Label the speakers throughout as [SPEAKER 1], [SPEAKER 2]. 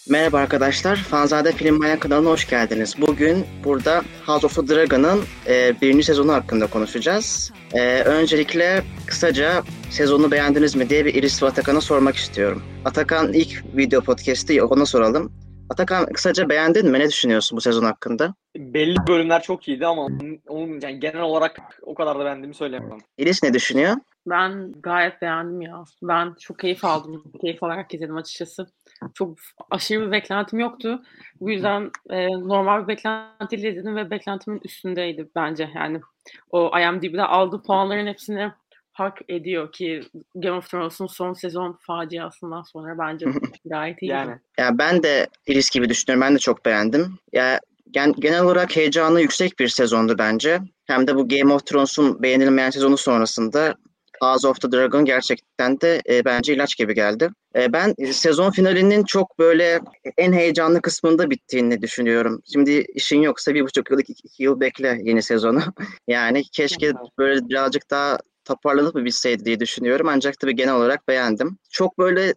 [SPEAKER 1] Merhaba arkadaşlar, Fanzade Film Manya kanalına hoş geldiniz. Bugün burada House of the Dragon'ın birinci sezonu hakkında konuşacağız. Öncelikle kısaca sezonu beğendiniz mi diye bir Iris ve Atakan'a sormak istiyorum. Atakan ilk video podcast'i ona soralım. Atakan kısaca beğendin mi? Ne düşünüyorsun bu sezon hakkında?
[SPEAKER 2] Belli bölümler çok iyiydi ama onun yani genel olarak o kadar da beğendiğimi söyleyemem.
[SPEAKER 1] Iris ne düşünüyor?
[SPEAKER 3] Ben gayet beğendim ya. Ben çok keyif aldım. Keyif alarak izledim açıkçası. Çok aşırı bir beklentim yoktu. Bu yüzden normal bir beklentiyle izledim ve beklentimin üstündeydi bence. Yani o IMDb'de aldığı puanların hepsini hak ediyor ki Game of Thrones'un son sezon faciasından sonra bence gayet iyiydi.
[SPEAKER 2] Yani.
[SPEAKER 1] Ya ben de Iris gibi düşünüyorum. Ben de çok beğendim. Ya genel olarak heyecanı yüksek bir sezondu bence. Hem de bu Game of Thrones'un beğenilmeyen sezonu sonrasında House of the Dragon gerçekten de bence ilaç gibi geldi. Ben sezon finalinin çok böyle en heyecanlı kısmında bittiğini düşünüyorum. Şimdi işin yoksa 1,5 yıl, 2 yıl bekle yeni sezonu. Yani keşke böyle birazcık daha toparlanıp mı bitseydi diye düşünüyorum. Ancak tabii genel olarak beğendim. Çok böyle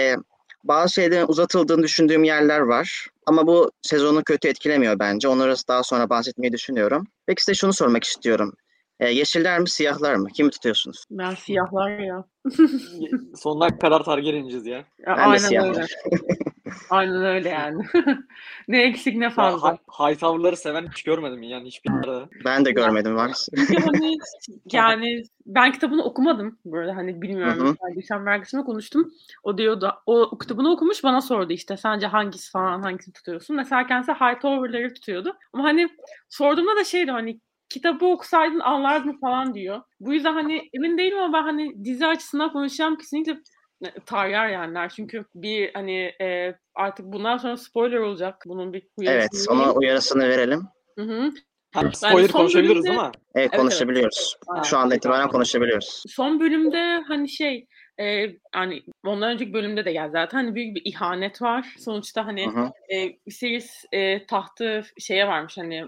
[SPEAKER 1] bazı şeylerin uzatıldığını düşündüğüm yerler var. Ama bu sezonu kötü etkilemiyor bence. Onları daha sonra bahsetmeyi düşünüyorum. Peki size şunu sormak istiyorum. Yeşiller mi, siyahlar mı? Kimi tutuyorsunuz?
[SPEAKER 3] Ben siyahlar ya.
[SPEAKER 2] Sonuna kadar Targaryen'ciz ya.
[SPEAKER 1] Ben de
[SPEAKER 3] Aynen
[SPEAKER 1] siyahlar.
[SPEAKER 3] öyle. Aynen öyle yani. Ne eksik ne fazla.
[SPEAKER 2] Hightower'ları seven hiç görmedim yani hiçbir yerde.
[SPEAKER 1] Ben de görmedim maalesef.
[SPEAKER 3] Çünkü hani yani ben kitabını okumadım böyle hani bilmiyorum.
[SPEAKER 1] Hı hı.
[SPEAKER 3] Geçen vergisine konuştum. O diyordu o kitabını okumuş bana sordu işte sence hangisi falan hangisini tutuyorsun? Mesela kendisi Hightower'ları tutuyordu. Ama hani sorduğumda da şeydi hani kitabı okusaydın anlardın falan diyor. Bu yüzden hani emin değilim ama ben hani dizi açısından konuşacağım kesinlikle Targaryenler. Çünkü bir hani artık bundan sonra spoiler olacak. Bunun bir uyarısı.
[SPEAKER 1] Evet, ona uyarısını verelim.
[SPEAKER 3] Hı hı.
[SPEAKER 2] Spoiler
[SPEAKER 3] son
[SPEAKER 2] konuşabiliriz
[SPEAKER 3] bölümde-
[SPEAKER 2] değil mi?
[SPEAKER 1] Evet, konuşabiliyoruz.
[SPEAKER 3] Evet.
[SPEAKER 1] Şu anda itibaren konuşabiliyoruz.
[SPEAKER 3] Son bölümde hani hani ondan önceki bölümde de geldi zaten hani büyük bir ihanet var. Sonuçta hani
[SPEAKER 1] Hı hı.
[SPEAKER 3] Viserys tahtı şeye varmış hani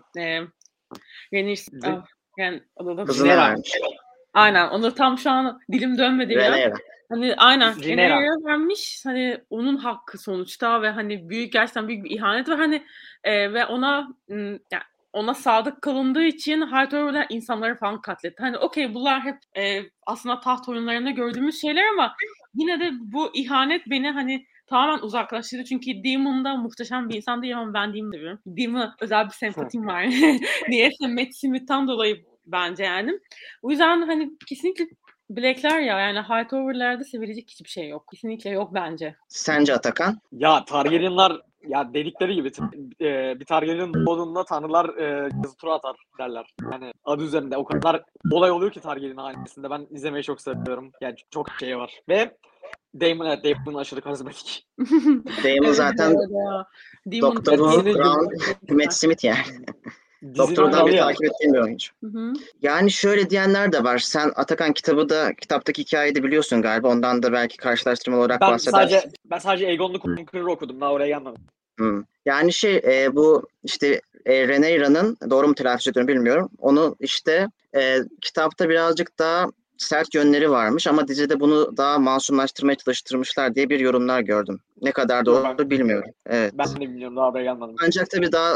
[SPEAKER 3] Rhaenys yani
[SPEAKER 1] Kızına vermiş.
[SPEAKER 3] Aynen onu tam şu an dilim dönmedi ya.
[SPEAKER 1] Rhaenyra.
[SPEAKER 3] Hani aynen
[SPEAKER 2] Rhaenyra.
[SPEAKER 3] Rhaenyra'ya vermiş hani onun hakkı sonuçta ve hani gerçekten büyük bir ihanet ve hani ve ona yani ona sadık kalındığı için Hightower'lar insanları falan katletti. Hani okey bunlar hep aslında taht oyunlarında gördüğümüz şeyler ama yine de bu ihanet beni hani tamamen uzaklaştırdı. Çünkü Daemon'da muhteşem bir insan değil ama ben Daemon'u seviyorum. Daemon'a özel bir sempatim var. Niyeyse Matt Smith'ten dolayı bence yani. O yüzden hani kesinlikle Black'ler ya yani Hightower'larda sevilecek hiçbir şey yok. Kesinlikle yok bence.
[SPEAKER 1] Sence Atakan?
[SPEAKER 2] Ya Targaryenlar ya dedikleri gibi bir Targaryen doğduğunda tanrılar yazı tura atar derler. Yani adı üzerinde o kadar olay oluyor ki Targaryen ailesinde. Ben izlemeyi çok seviyorum. Yani çok şey var. Ve Daemon aşırı karizmatik.
[SPEAKER 1] Daemon zaten
[SPEAKER 3] Demon
[SPEAKER 1] Doktor Who,
[SPEAKER 2] Dizinin-
[SPEAKER 1] Brown, Matt Smith yani.
[SPEAKER 2] Dizinin
[SPEAKER 1] Doktor'dan
[SPEAKER 2] kralı
[SPEAKER 1] bir
[SPEAKER 2] ya.
[SPEAKER 1] takip ettiğim bir oyuncu.
[SPEAKER 3] Hı-hı.
[SPEAKER 1] Yani şöyle diyenler de var. Sen Atakan kitaptaki hikayeyi de biliyorsun galiba. Ondan da belki karşılaştırma olarak bahsedersin.
[SPEAKER 2] Ben sadece Aegon the Conqueror'ı okudum. Daha oraya gelmedim.
[SPEAKER 1] Yani bu işte Rhaenyra'nın doğru mu telaffuz ediyorum bilmiyorum. Onu işte kitapta birazcık daha sert yönleri varmış ama dizide bunu daha masumlaştırmaya çalıştırmışlar diye bir yorumlar gördüm. Ne kadar doğru bilmiyorum. Evet.
[SPEAKER 2] Ben de bilmiyorum. Daha oraya gelmedim.
[SPEAKER 1] Ancak tabii daha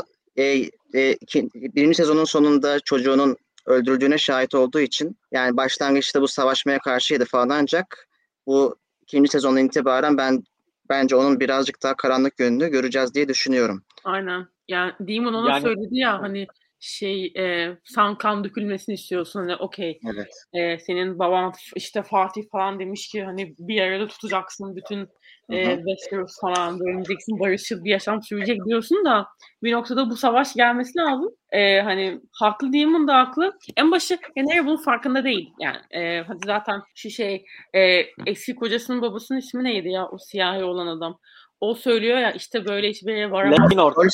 [SPEAKER 1] birinci sezonun sonunda çocuğunun öldürüldüğüne şahit olduğu için yani başlangıçta bu savaşmaya karşıydı falan ancak bu ikinci sezondan itibaren bence onun birazcık daha karanlık yönünü göreceğiz diye düşünüyorum.
[SPEAKER 3] Aynen. Yani Demon ona
[SPEAKER 2] Yani-
[SPEAKER 3] söyledi ya hani sen kan dökülmesini istiyorsun hani okey.
[SPEAKER 1] Evet.
[SPEAKER 3] Senin baban işte Fatih falan demiş ki hani bir arada tutacaksın bütün Westeros falan döneceksin barışçıl bir yaşam sürecek diyorsun da bir noktada bu savaş gelmesi lazım. Hani haklı Demon da haklı. En başı Rhaenyra bunun farkında değil. Yani hadi zaten eski kocasının babasının ismi neydi ya o siyahi olan adam. O söylüyor ya işte böyle hiçbir yere varamaz.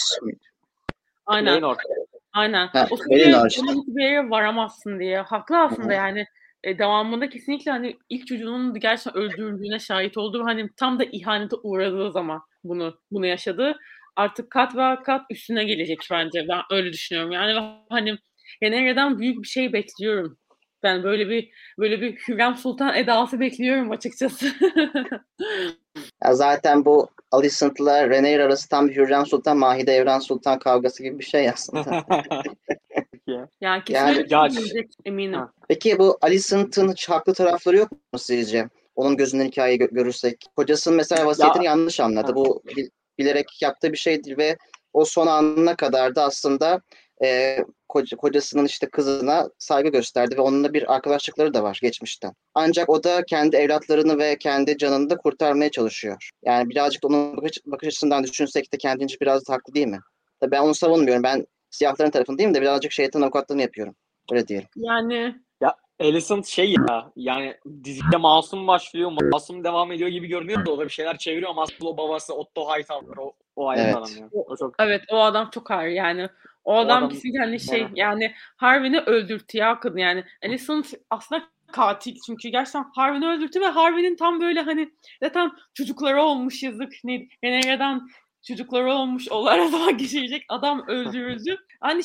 [SPEAKER 3] Aynen.
[SPEAKER 2] Laenor.
[SPEAKER 3] Aynen.
[SPEAKER 1] Ha,
[SPEAKER 3] O söylüyor
[SPEAKER 1] Laenor işte.
[SPEAKER 3] bunun hiçbir yere varamazsın diye. Haklı aslında yani. Devamında kesinlikle hani ilk çocuğunun gerçekten öldürüldüğüne şahit olduğu hani tam da ihanete uğradığı zaman bunu yaşadı. Artık kat ve kat üstüne gelecek bence. Ben öyle düşünüyorum. Yani hani Rhaenyra'dan büyük bir şey bekliyorum. Ben böyle bir Hürrem Sultan edası bekliyorum açıkçası.
[SPEAKER 1] Ya zaten bu Alicent'la Rhaenyra arası tam bir Hürrem Sultan, Mahide Evren Sultan kavgası gibi bir şey aslında.
[SPEAKER 3] Yani kesinlikle gelecek eminim.
[SPEAKER 1] Peki bu Alicent'ın hiç haklı tarafları yok mu sizce? Onun gözünden hikayeyi görürsek. Kocasının mesela vasiyetini yanlış anladı. Bu bilerek yaptığı bir şey değil ve o son anına kadar da aslında kocasının işte kızına saygı gösterdi ve onunla bir arkadaşlıkları da var geçmişten. Ancak o da kendi evlatlarını ve kendi canını da kurtarmaya çalışıyor. Yani birazcık da onun bakış açısından düşünsek de kendince biraz da haklı değil mi? Tabii ben onu savunmuyorum. Ben siyahların tarafındayım da birazcık şeytan avukatlığını yapıyorum. Öyle diyelim.
[SPEAKER 3] Yani
[SPEAKER 2] ya Alicent yani dizide masum başlıyor, masum devam ediyor gibi görünüyor da o da bir şeyler çeviriyor ama aslında o babası Otto Hightower o ayrı
[SPEAKER 1] Evet.
[SPEAKER 2] adam ya. O çok...
[SPEAKER 3] Evet, o adam çok ağır yani. O adam kesinlikle hani yani Harwin'i öldürttü ya kadın yani. Alicent aslında katil çünkü gerçekten Harwin'i öldürttü ve Harwin'in tam böyle hani zaten çocukları olmuş yazık. Rhaenyra'dan çocukları olmuş, onlara zaman geçirecek adam öldürüldü. Hani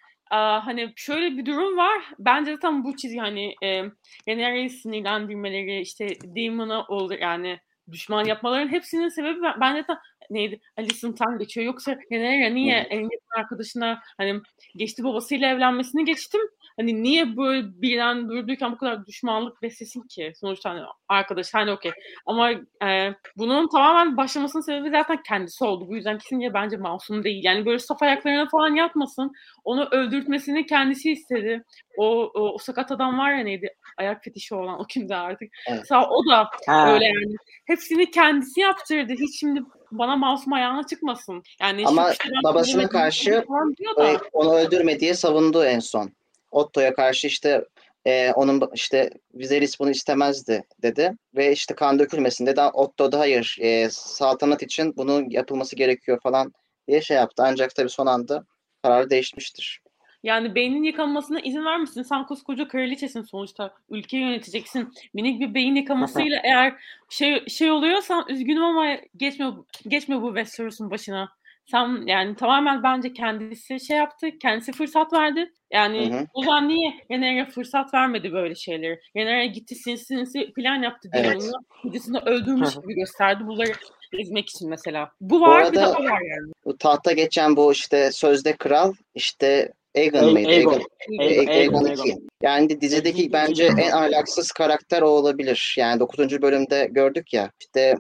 [SPEAKER 3] hani şöyle bir durum var. Bence zaten bu çizgi hani Rhaenyra'yı sinirlendirmeleri, işte Daemon'a olur yani düşman yapmaların hepsinin sebebi bence zaten Alicent'tan geçiyor. Yoksa Rhaenyra niye en yakın arkadaşına hani geçti babasıyla evlenmesini geçtim. Hani niye böyle birden durduyken bu kadar düşmanlık beslesin ki? Sonuçta hani arkadaş hani okey. Ama bunun tamamen başlamasının sebebi zaten kendisi oldu. Bu yüzden kesinlikle bence masum değil. Yani böyle saf ayaklarına falan yatmasın. Onu öldürtmesini kendisi istedi. O sakat adam var ya neydi? Ayak fetişi olan o kimdi artık?
[SPEAKER 1] Evet.
[SPEAKER 3] O da öyle yani. Hepsini kendisi yaptırdı. Hiç şimdi bana masum ayağına çıkmasın. Yani
[SPEAKER 1] ama babasına karşı onu öldürme diye savundu en son. Otto'ya karşı işte onun işte Viserys bunu istemezdi dedi ve işte kan dökülmesin dedi. Otto da hayır saltanat için bunun yapılması gerekiyor falan diye şey yaptı. Ancak tabii son anda kararı değişmiştir.
[SPEAKER 3] Yani beynin yıkanmasına izin vermişsin. Sen koskoca kraliçesin sonuçta. Ülkeyi yöneteceksin. Minik bir beyin yıkamasıyla eğer şey oluyorsan üzgünüm ama geçme bu Westeros'un başına. Sen yani tamamen bence kendisi yaptı. Kendisi fırsat verdi. Yani o zaman niye Rhaenyra fırsat vermedi böyle şeyleri? Rhaenyra gitti sinsi plan yaptı diye
[SPEAKER 1] Evet.
[SPEAKER 3] kocasını öldürmüş gibi gösterdi. Bunları ezmek için mesela. Bu var,
[SPEAKER 1] arada,
[SPEAKER 3] bir daha var yani.
[SPEAKER 1] Bu tahta geçen bu işte sözde kral işte Aegon mıydı? Aegon 2. Yani dizideki bence en ahlaksız karakter o olabilir. Yani 9. bölümde gördük ya. İşte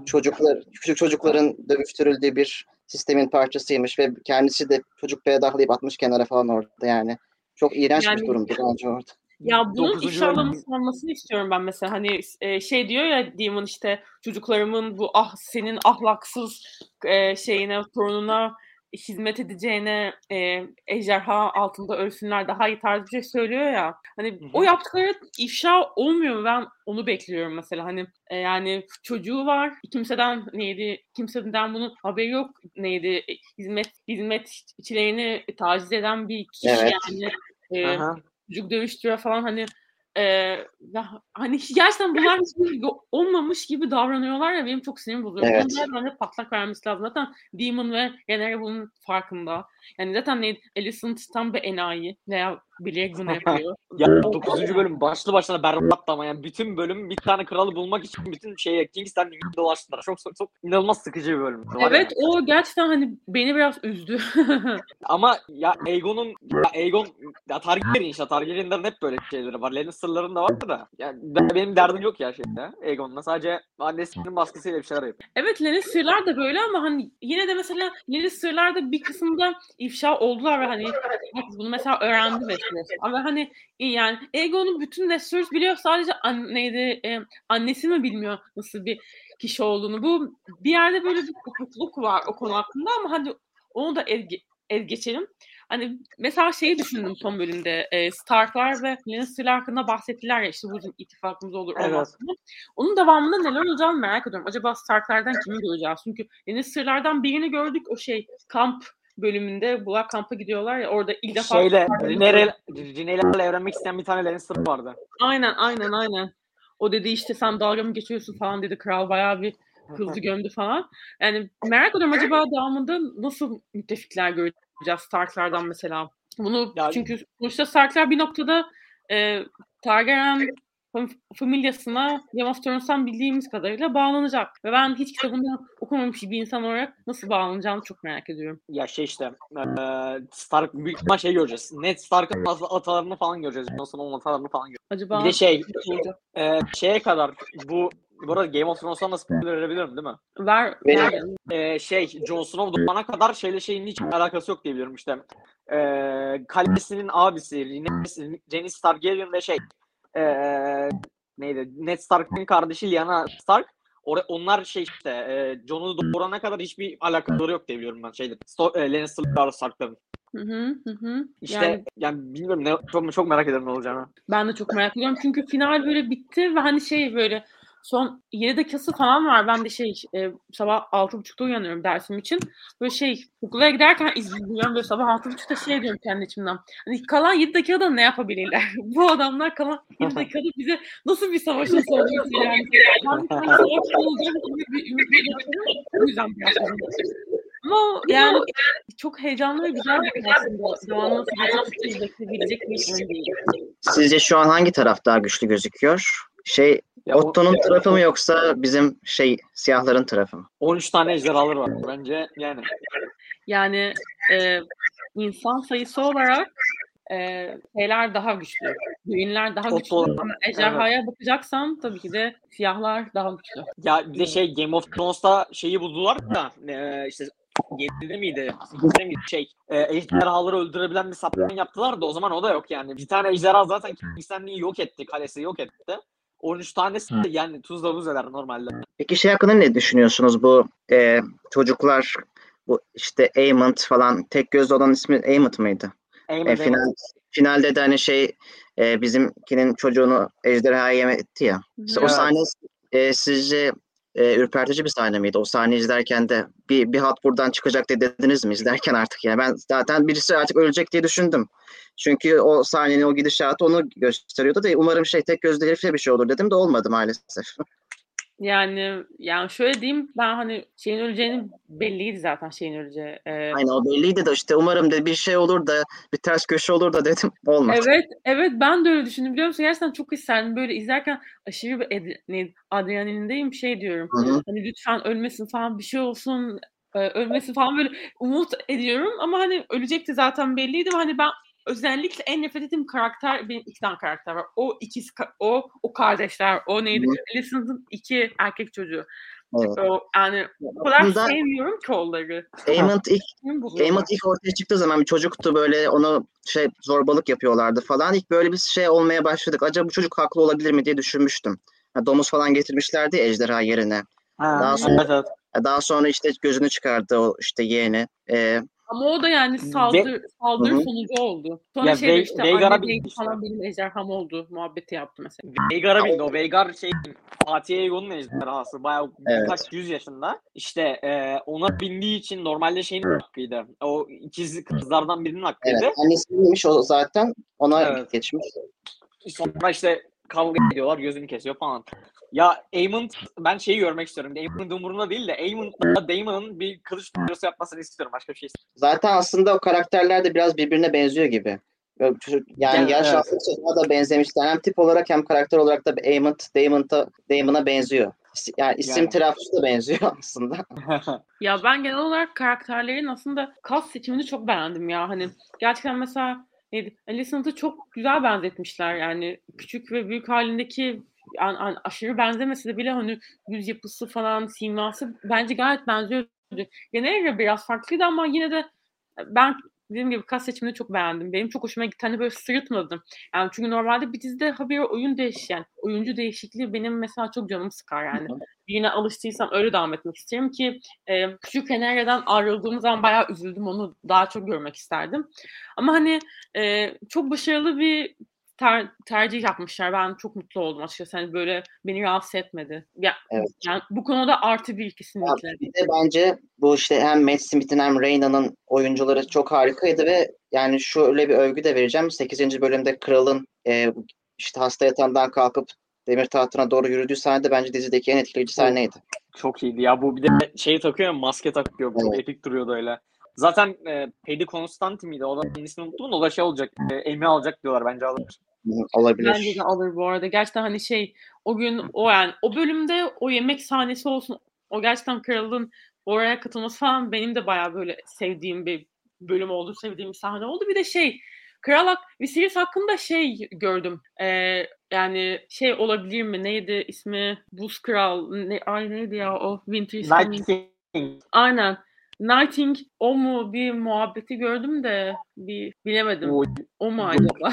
[SPEAKER 1] küçük çocukların dövüştürüldüğü bir sistemin parçasıymış ve kendisi de çocuk pedahlayıp atmış kenara falan orada yani. Çok iğrenç bir durumdu bence orada.
[SPEAKER 3] Ya bunun ifşalaması olmasını istiyorum ben mesela. Hani diyor ya Demon işte çocuklarımın bu senin ahlaksız torununa hizmet edeceğine ejderha altında ölsünler daha iyi tarzı bir şey söylüyor ya. Hani o yaptıkları ifşa olmuyor mu? Ben onu bekliyorum mesela. Hani yani çocuğu var. Kimseden bunun haberi yok. Hizmetçilerini taciz eden bir kişi yani. Çocuk dövüştürüyor falan hani hani gerçekten bunlar hiç olmamış gibi davranıyorlar ya benim çok sinirim bozuyor.
[SPEAKER 1] Evet.
[SPEAKER 3] Bunlar patlak vermesi lazım. Zaten Demon ve Rhaenyra bunun farkında. Yani zaten Alicent tam bir enayi veya bilerek bunu yapıyor.
[SPEAKER 2] Ya 9. bölüm başlı başına berbat ama yani bütün bölüm bir tane kralı bulmak için bütün King's Landing'de dolaştılar. Çok inanılmaz sıkıcı bir bölüm.
[SPEAKER 3] Evet o gerçekten hani beni biraz üzdü.
[SPEAKER 2] Ama ya Aegon Targaryen işte Targaryen'lerin hep böyle şeyleri var. Lannister'ların da var da. Yani benim derdim yok ya Aegon'la. Sadece annesinin baskısıyla bir şeyler yapıyor.
[SPEAKER 3] Evet Lannister'lar da böyle ama hani yine de mesela Lannister'lar da bir kısımda ifşa oldular ve hani bunu mesela öğrendi Westeros. Ama hani yani Aegon'un bütün Westeros biliyor sadece annesi mi bilmiyor nasıl bir kişi olduğunu. Bu bir yerde böyle bir kopukluk var o konu hakkında ama hadi onu da geçelim. Hani mesela şeyi düşündüm son bölümde Starklar ve Lannister'lar hakkında bahsettiler ya işte bu bizim ittifakımız olur olmaz. Evet. Onun devamında neler olacağını merak ediyorum. Acaba Starklardan kimi göreceğiz? Çünkü Lannister'lardan birini gördük o kamp bölümünde. Bunlar kampa gidiyorlar ya orada ilk defa
[SPEAKER 2] Rhaenyra evlenmek isteyen bir tane Lannister vardı.
[SPEAKER 3] Aynen. O dedi işte sen dalga mı geçiyorsun falan dedi. Kral bayağı bir kızdı gömdü falan. Yani merak ediyorum acaba devamında nasıl müttefikler göreceğiz Starklardan mesela. Bunu çünkü sonuçta Starklar bir noktada Targaryen familyasına Game of Thrones'tan bildiğimiz kadarıyla bağlanacak. Ve ben hiç kitabını okumamış bir insan olarak nasıl bağlanacağını çok merak ediyorum.
[SPEAKER 2] Ya işte Stark büyük ihtimal şey göreceğiz. Ned Stark'ın atalarını falan göreceğiz. Ondan sonra onun atalarını falan göreceğiz.
[SPEAKER 3] Acaba
[SPEAKER 2] Bir de olacak. Şeye kadar bu arada Game of Thrones'tan da spoiler verebilirim değil mi?
[SPEAKER 3] Ver.
[SPEAKER 2] Jon Snow doğana kadar şeyin hiç alakası yok diye biliyorum işte. Kalesinin abisi Rhaenys Targaryen ve neydi? Ned Stark'ın kardeşi Lyanna Stark. Onlar Jon'u doğurana kadar hiçbir alakaları yok diye biliyorum ben Lannister'lar Stark'ların. İşte yani bilmiyorum çok merak ederim ne olacağını.
[SPEAKER 3] Ben de çok merak ediyorum çünkü final böyle bitti ve hani böyle son 7 dakikası falan var. Ben de sabah 6.30'da uyanıyorum dersim için. Böyle okula giderken izliyorum böyle sabah 6.30'da diyorum kendi içimden. Hani kalan 7 dakikada ne yapabilirler? Bu adamlar kalan 7 dakikada bize nasıl bir savaşın sonunu yani. Ben savaşın olacağım gibi bir ümit ediyorum. O yüzden biraz ama yani çok heyecanlı ve güzel bir aslında. Zamanla bekleyebilecek bir oyun değil.
[SPEAKER 1] Sizce şu an hangi taraf daha güçlü gözüküyor? Otto'nun tarafı mı yoksa bizim siyahların tarafı mı?
[SPEAKER 2] 13 tane ejderhaları var bence yani.
[SPEAKER 3] Yani insan sayısı olarak şeyler daha güçlü. Düğünler daha güçlü. Ama ejderhaya bakacaksan tabii ki de siyahlar daha güçlü.
[SPEAKER 2] Ya bir de Game of Thrones'ta buldular da işte 7'de miydi? 8'de miydi? Ejderhaları öldürebilen bir saptan yaptılar da o zaman o da yok yani. Bir tane ejderha zaten King's yok etti. Kalesi yok etti. 13 tanesi yani tuzla buz eder normalde.
[SPEAKER 1] Peki hakkında ne düşünüyorsunuz bu çocuklar bu işte Aemond falan tek gözlü olan ismi Aemond mıydı? Finalde de bizimkinin çocuğunu ejderhaya yem etti ya. İşte o sahne sizce ürpertici bir sahne miydi? O sahne izlerken de bir hat buradan çıkacak diye dediniz mi izlerken artık yani? Ben zaten birisi artık ölecek diye düşündüm. Çünkü o sahnenin o gidişatı onu gösteriyordu da umarım tek gözlü herifle bir şey olur dedim de olmadı maalesef.
[SPEAKER 3] Yani şöyle diyeyim ben şeyin öleceğini belliydi zaten şeyin öleceği.
[SPEAKER 1] Aynen o belliydi de işte umarım bir şey olur da bir ters köşe olur da dedim olmadı.
[SPEAKER 3] Evet ben de öyle düşündüm biliyor musun? Gerçekten çok isterdim böyle izlerken aşırı bir adrenalindeyim diyorum.
[SPEAKER 1] Hı-hı.
[SPEAKER 3] Hani lütfen ölmesin falan bir şey olsun ölmesin falan böyle umut ediyorum ama ölecekti zaten belliydi ve ben özellikle en nefret ettiğim karakter benim 2 tane karakter var. O ikisi o kardeşler o neydi? Alicent'ın 2 erkek çocuğu.
[SPEAKER 1] Evet.
[SPEAKER 3] O kadar sevmiyorum ki onları.
[SPEAKER 1] Aemond ilk ortaya çıktığı zaman bir çocuktu böyle onu zorbalık yapıyorlardı falan. İlk böyle bir olmaya başladık. Acaba bu çocuk haklı olabilir mi diye düşünmüştüm. Domuz falan getirmişlerdi ejderha yerine. Daha sonra işte gözünü çıkardı o yeğeni.
[SPEAKER 3] Ama o da saldırı sonucu oldu. Sonra
[SPEAKER 2] Veigar'a bindi
[SPEAKER 3] falan benim ejderham oldu muhabbeti yaptı mesela.
[SPEAKER 2] Veigar'a bindi. O Veigar Fatih Egon'un ejderhası. Bayağı birkaç 100 yaşında. İşte ona bindiği için normalde hakkıydı. O ikiz kızlardan birinin hakkıydı.
[SPEAKER 1] Evet. Annesiymiş o zaten. Ona geçmiş.
[SPEAKER 2] Sonra kavga ediyorlar. Gözünü kesiyor falan. Ya Aemond ben görmek istiyorum. Aemond'un umurunda değil de Aemond'la Daemon'un bir kılıç düellosu yapmasını istiyorum. Başka bir şey istemiyorum.
[SPEAKER 1] Zaten aslında o karakterler de biraz birbirine benziyor gibi. Yani yaş aldıkça da benzemişler. Hem tip olarak hem karakter olarak da Aemond Daemon'a benziyor. Yani isim telaffuzı da benziyor aslında.
[SPEAKER 3] Ya ben genel olarak karakterlerin aslında kas seçimini çok beğendim ya. Gerçekten mesela Alicent'ı çok güzel benzetmişler. Yani küçük ve büyük halindeki aşırı benzemese de bile yüz yapısı falan siması bence gayet benziyordu. Genelde biraz farklıydı ama yine de ben dediğim gibi kas seçimini çok beğendim. Benim çok hoşuma gitti. Böyle sırıtmadım. Çünkü normalde bir dizide habire oyuncu değişikliği benim mesela çok canımı sıkar yani. Yine alıştıysam öyle devam etmek isterim ki küçük Fener'den ayrıldığım zaman bayağı üzüldüm. Onu daha çok görmek isterdim. Ama çok başarılı bir tercih yapmışlar. Ben çok mutlu oldum açıkçası. Böyle beni rahatsız etmedi.
[SPEAKER 1] Evet.
[SPEAKER 3] Yani bu konuda artı bir kesinlikle.
[SPEAKER 1] Bir de bence bu hem Matt Smith'in hem Rhaena'nın oyuncuları çok harikaydı ve yani şöyle bir övgü de vereceğim. 8. bölümde kralın hasta yatağından kalkıp demir tahtına doğru yürüdüğü sahnede bence dizideki en etkileyici sahneydi.
[SPEAKER 2] Çok iyiydi ya. Bu bir de takıyor ya, maske takıyor. Evet. Çok epik duruyordu öyle. Zaten Paddy Constantine miydi? O da ismini unuttum da o da olacak. Emmy alacak diyorlar. Bence alır.
[SPEAKER 1] Olabilir.
[SPEAKER 3] Bence de alır bu arada. Gerçekten hani o gün o bölümde o yemek sahnesi olsun, o gerçekten kralın oraya katılması falan benim de bayağı böyle sevdiğim bir bölüm oldu. Sevdiğim bir sahne oldu. Bir de Kral Viserys hakkında gördüm. Yani olabilir mi? Neydi ismi? Buz Kral. Neydi ya o? Winter is Coming.
[SPEAKER 2] Night King.
[SPEAKER 3] Aynen. Nighting o mu bir muhabbeti gördüm de bilemedim. O mu acaba?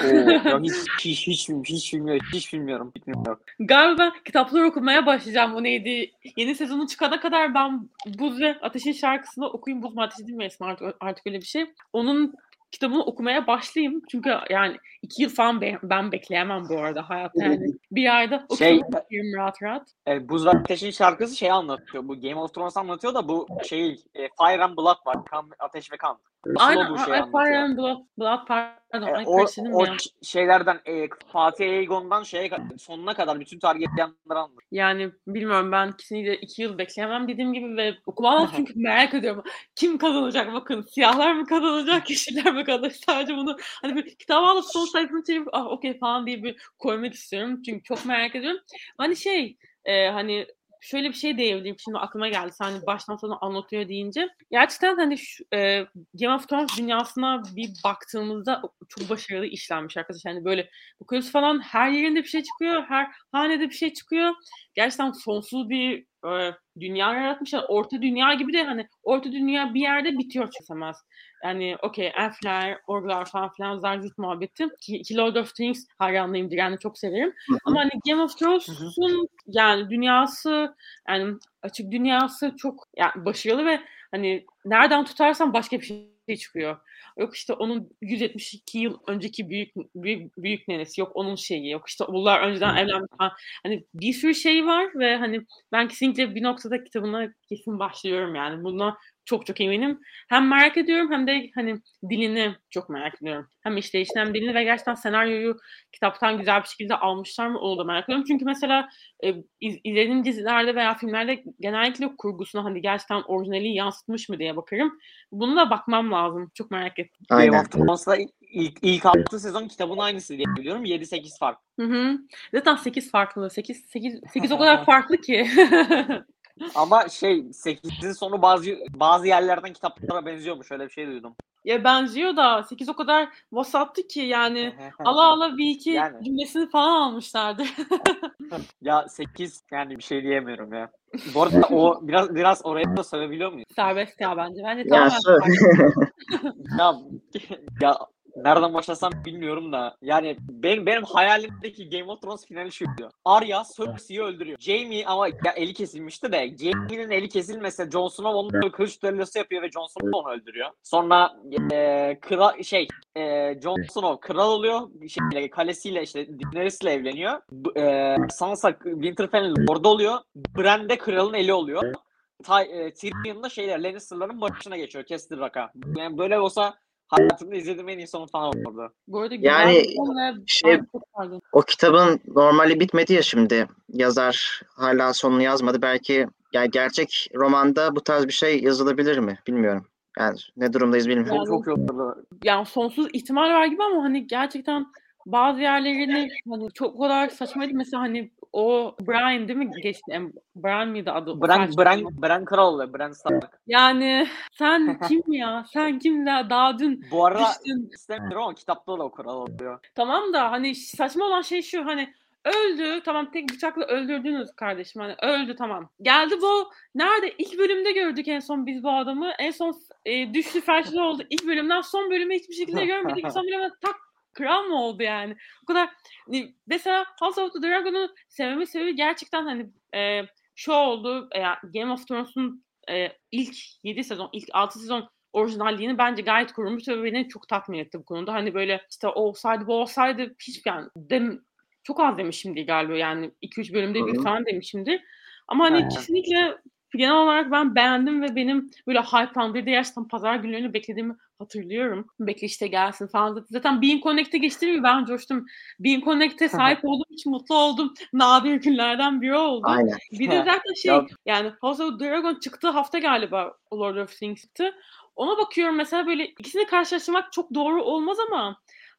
[SPEAKER 2] Hiç bilmiyorum.
[SPEAKER 3] Galiba kitapları okumaya başlayacağım. O neydi? Yeni sezonu çıkana kadar ben Buz ve Ateş'in şarkısını okuyayım. Buz mu Ateş'i değil mi artık öyle bir şey. Onun kitabını okumaya başlayayım. Çünkü yani 2 yıl falan ben bekleyemem bu arada hayatta yani. Bir ayda o kitabı okuyayım rahat.
[SPEAKER 2] Buz ve Ateş'in şarkısı anlatıyor. Bu Game of Thrones anlatıyor da bu Fire and Blood var. Ateş ve Kan.
[SPEAKER 3] Aynen. Fire and Blood pardon.
[SPEAKER 2] O şeylerden Fatih Aegon'dan sonuna kadar bütün Targaryenleri anlatıyor.
[SPEAKER 3] Yani bilmiyorum, ben kesinlikle 2 yıl bekleyemem dediğim gibi ve okumam çünkü merak ediyorum. Kim kazanacak bakın. Siyahlar mı kazanacak, yeşiller mi kazanacak? Sadece bunu hani bir kitabı alıp son sayfasını çevirip okey falan diye bir koymak istiyorum. Çünkü çok merak ediyorum. Hani hani şöyle bir şey diyebilirim. Şimdi aklıma geldi. Sen hani baştan sona anlatıyor deyince. Gerçekten hani Game of Thrones dünyasına bir baktığımızda çok başarılı işlenmiş arkadaşlar. Hani böyle bakıyoruz falan, her yerinde bir şey çıkıyor. Her hanede bir şey çıkıyor. Gerçekten sonsuz bir dünya yaratmışlar. Orta dünya gibi de hani orta dünya bir yerde bitiyor çözemez. Yani okey, elfler, orklar falan filan zarzut muhabbeti. Ki Lord of the Rings hayranlıyımdır. Yani çok severim. Ama hani Game of Thrones'un yani dünyası, yani açık dünyası çok yani başarılı ve hani nereden tutarsan başka bir şey çıkıyor. Yok işte onun 172 yıl önceki büyük nenesi, yok onun yok işte bunlar önceden evlenmiş falan. Hani bir sürü şey var ve hani ben kesinlikle bir noktada kitabına kesin başlıyorum yani. Buna çok eminim. Hem merak ediyorum hem de hani dilini çok merak ediyorum. Hem işleyişini hem dilini ve gerçekten senaryoyu kitaptan güzel bir şekilde almışlar mı onu da merak ediyorum. Çünkü mesela izlediğim dizilerde veya filmlerde genellikle kurgusuna hani gerçekten orijinali yansıtmış mı diye bakarım. Bunu da bakmam lazım. Çok merak ettim.
[SPEAKER 2] Game of Thrones'da ilk 6 sezon kitabın aynısı diye biliyorum. 7-8 farklı.
[SPEAKER 3] Zaten 8 farklı. 8 o kadar farklı ki.
[SPEAKER 2] Ama 8'in sonu bazı yerlerden kitaplara benziyormuş. Öyle bir şey duydum.
[SPEAKER 3] Ya benziyor da 8 o kadar vasattı ki yani ala bir iki cümlesini falan almışlardı.
[SPEAKER 2] Ya 8 yani bir şey diyemiyorum ya. Bu arada o biraz oraya da sövebiliyor muyuz?
[SPEAKER 3] Serbest ya bence. Bence
[SPEAKER 2] tamamen ya nereden başlasam bilmiyorum da yani benim hayalimdeki Game of Thrones finali şuydu. Arya Cersei'yi öldürüyor. Jaime ama eli kesilmişti de Jaime'nin eli kesilmese Jon Snow onun kılıç düellosu yapıyor ve Jon Snow onu öldürüyor. Sonra Jon Snow kral oluyor. Kalesiyle Daenerys'le evleniyor. Sansa Winterfell'in lordu oluyor. Bran de kralın eli oluyor. Tyrion'da Lannister'ların başına geçiyor. Kestir Rock'a. Yani böyle olsa hayatımda izlediğim en iyi sonu falan olurdu.
[SPEAKER 3] Bu arada
[SPEAKER 1] yani o kitabın normali bitmedi ya şimdi. Yazar hala sonunu yazmadı. Belki yani gerçek romanda bu tarz bir şey yazılabilir mi? Bilmiyorum. Yani ne durumdayız bilmiyorum.
[SPEAKER 3] Yani, çok olurdu. Yani sonsuz ihtimal var gibi ama hani gerçekten bazı yerlerini hani çok kadar saçmaydı. Mesela hani o Brian değil mi geçti? Brian mıydı adı?
[SPEAKER 2] Bran kral oluyor. Bran Stark.
[SPEAKER 3] Yani sen kim ya? Sen kim daha dün
[SPEAKER 2] bu arada istemiyorum ama kitapta da o kral oluyor.
[SPEAKER 3] Tamam da hani saçma olan şey şu, hani öldü tamam, tek bıçakla öldürdünüz kardeşim, hani öldü tamam. Geldi bu nerede? İlk bölümde gördük en son biz bu adamı. En son düştü felçli oldu. İlk bölümden son bölüme hiçbir şekilde görmedik. Son bölümde tak kral mı oldu yani? O kadar mesela House of the Dragon'u sevmemin sebebi gerçekten hani şu oldu. Game of Thrones'un ilk 7 sezon, ilk 6 sezon orijinalliğini bence gayet kurmuş ve beni çok tatmin etti bu konuda. Hani böyle işte olsaydı bu olsaydı hiç yani çok az demişimdir galiba, yani 2-3 bölümde bir falan demişimdir. Ama hani kesinlikle genel olarak ben beğendim ve benim böyle hype'landırdı. Gerçekten pazar günlerini beklediğimi hatırlıyorum. Bekle işte gelsin falan. Zaten Being Connect'e geçtiğim ben coştum. Being Connect'e sahip oldum. Hiç mutlu oldum. Nadir günlerden biri oldu.
[SPEAKER 1] Aynen.
[SPEAKER 3] Bir de zaten yani House of Dragon çıktığı hafta galiba Lord of the Rings çıktı. Ona bakıyorum mesela, böyle ikisini karşılaştırmak çok doğru olmaz ama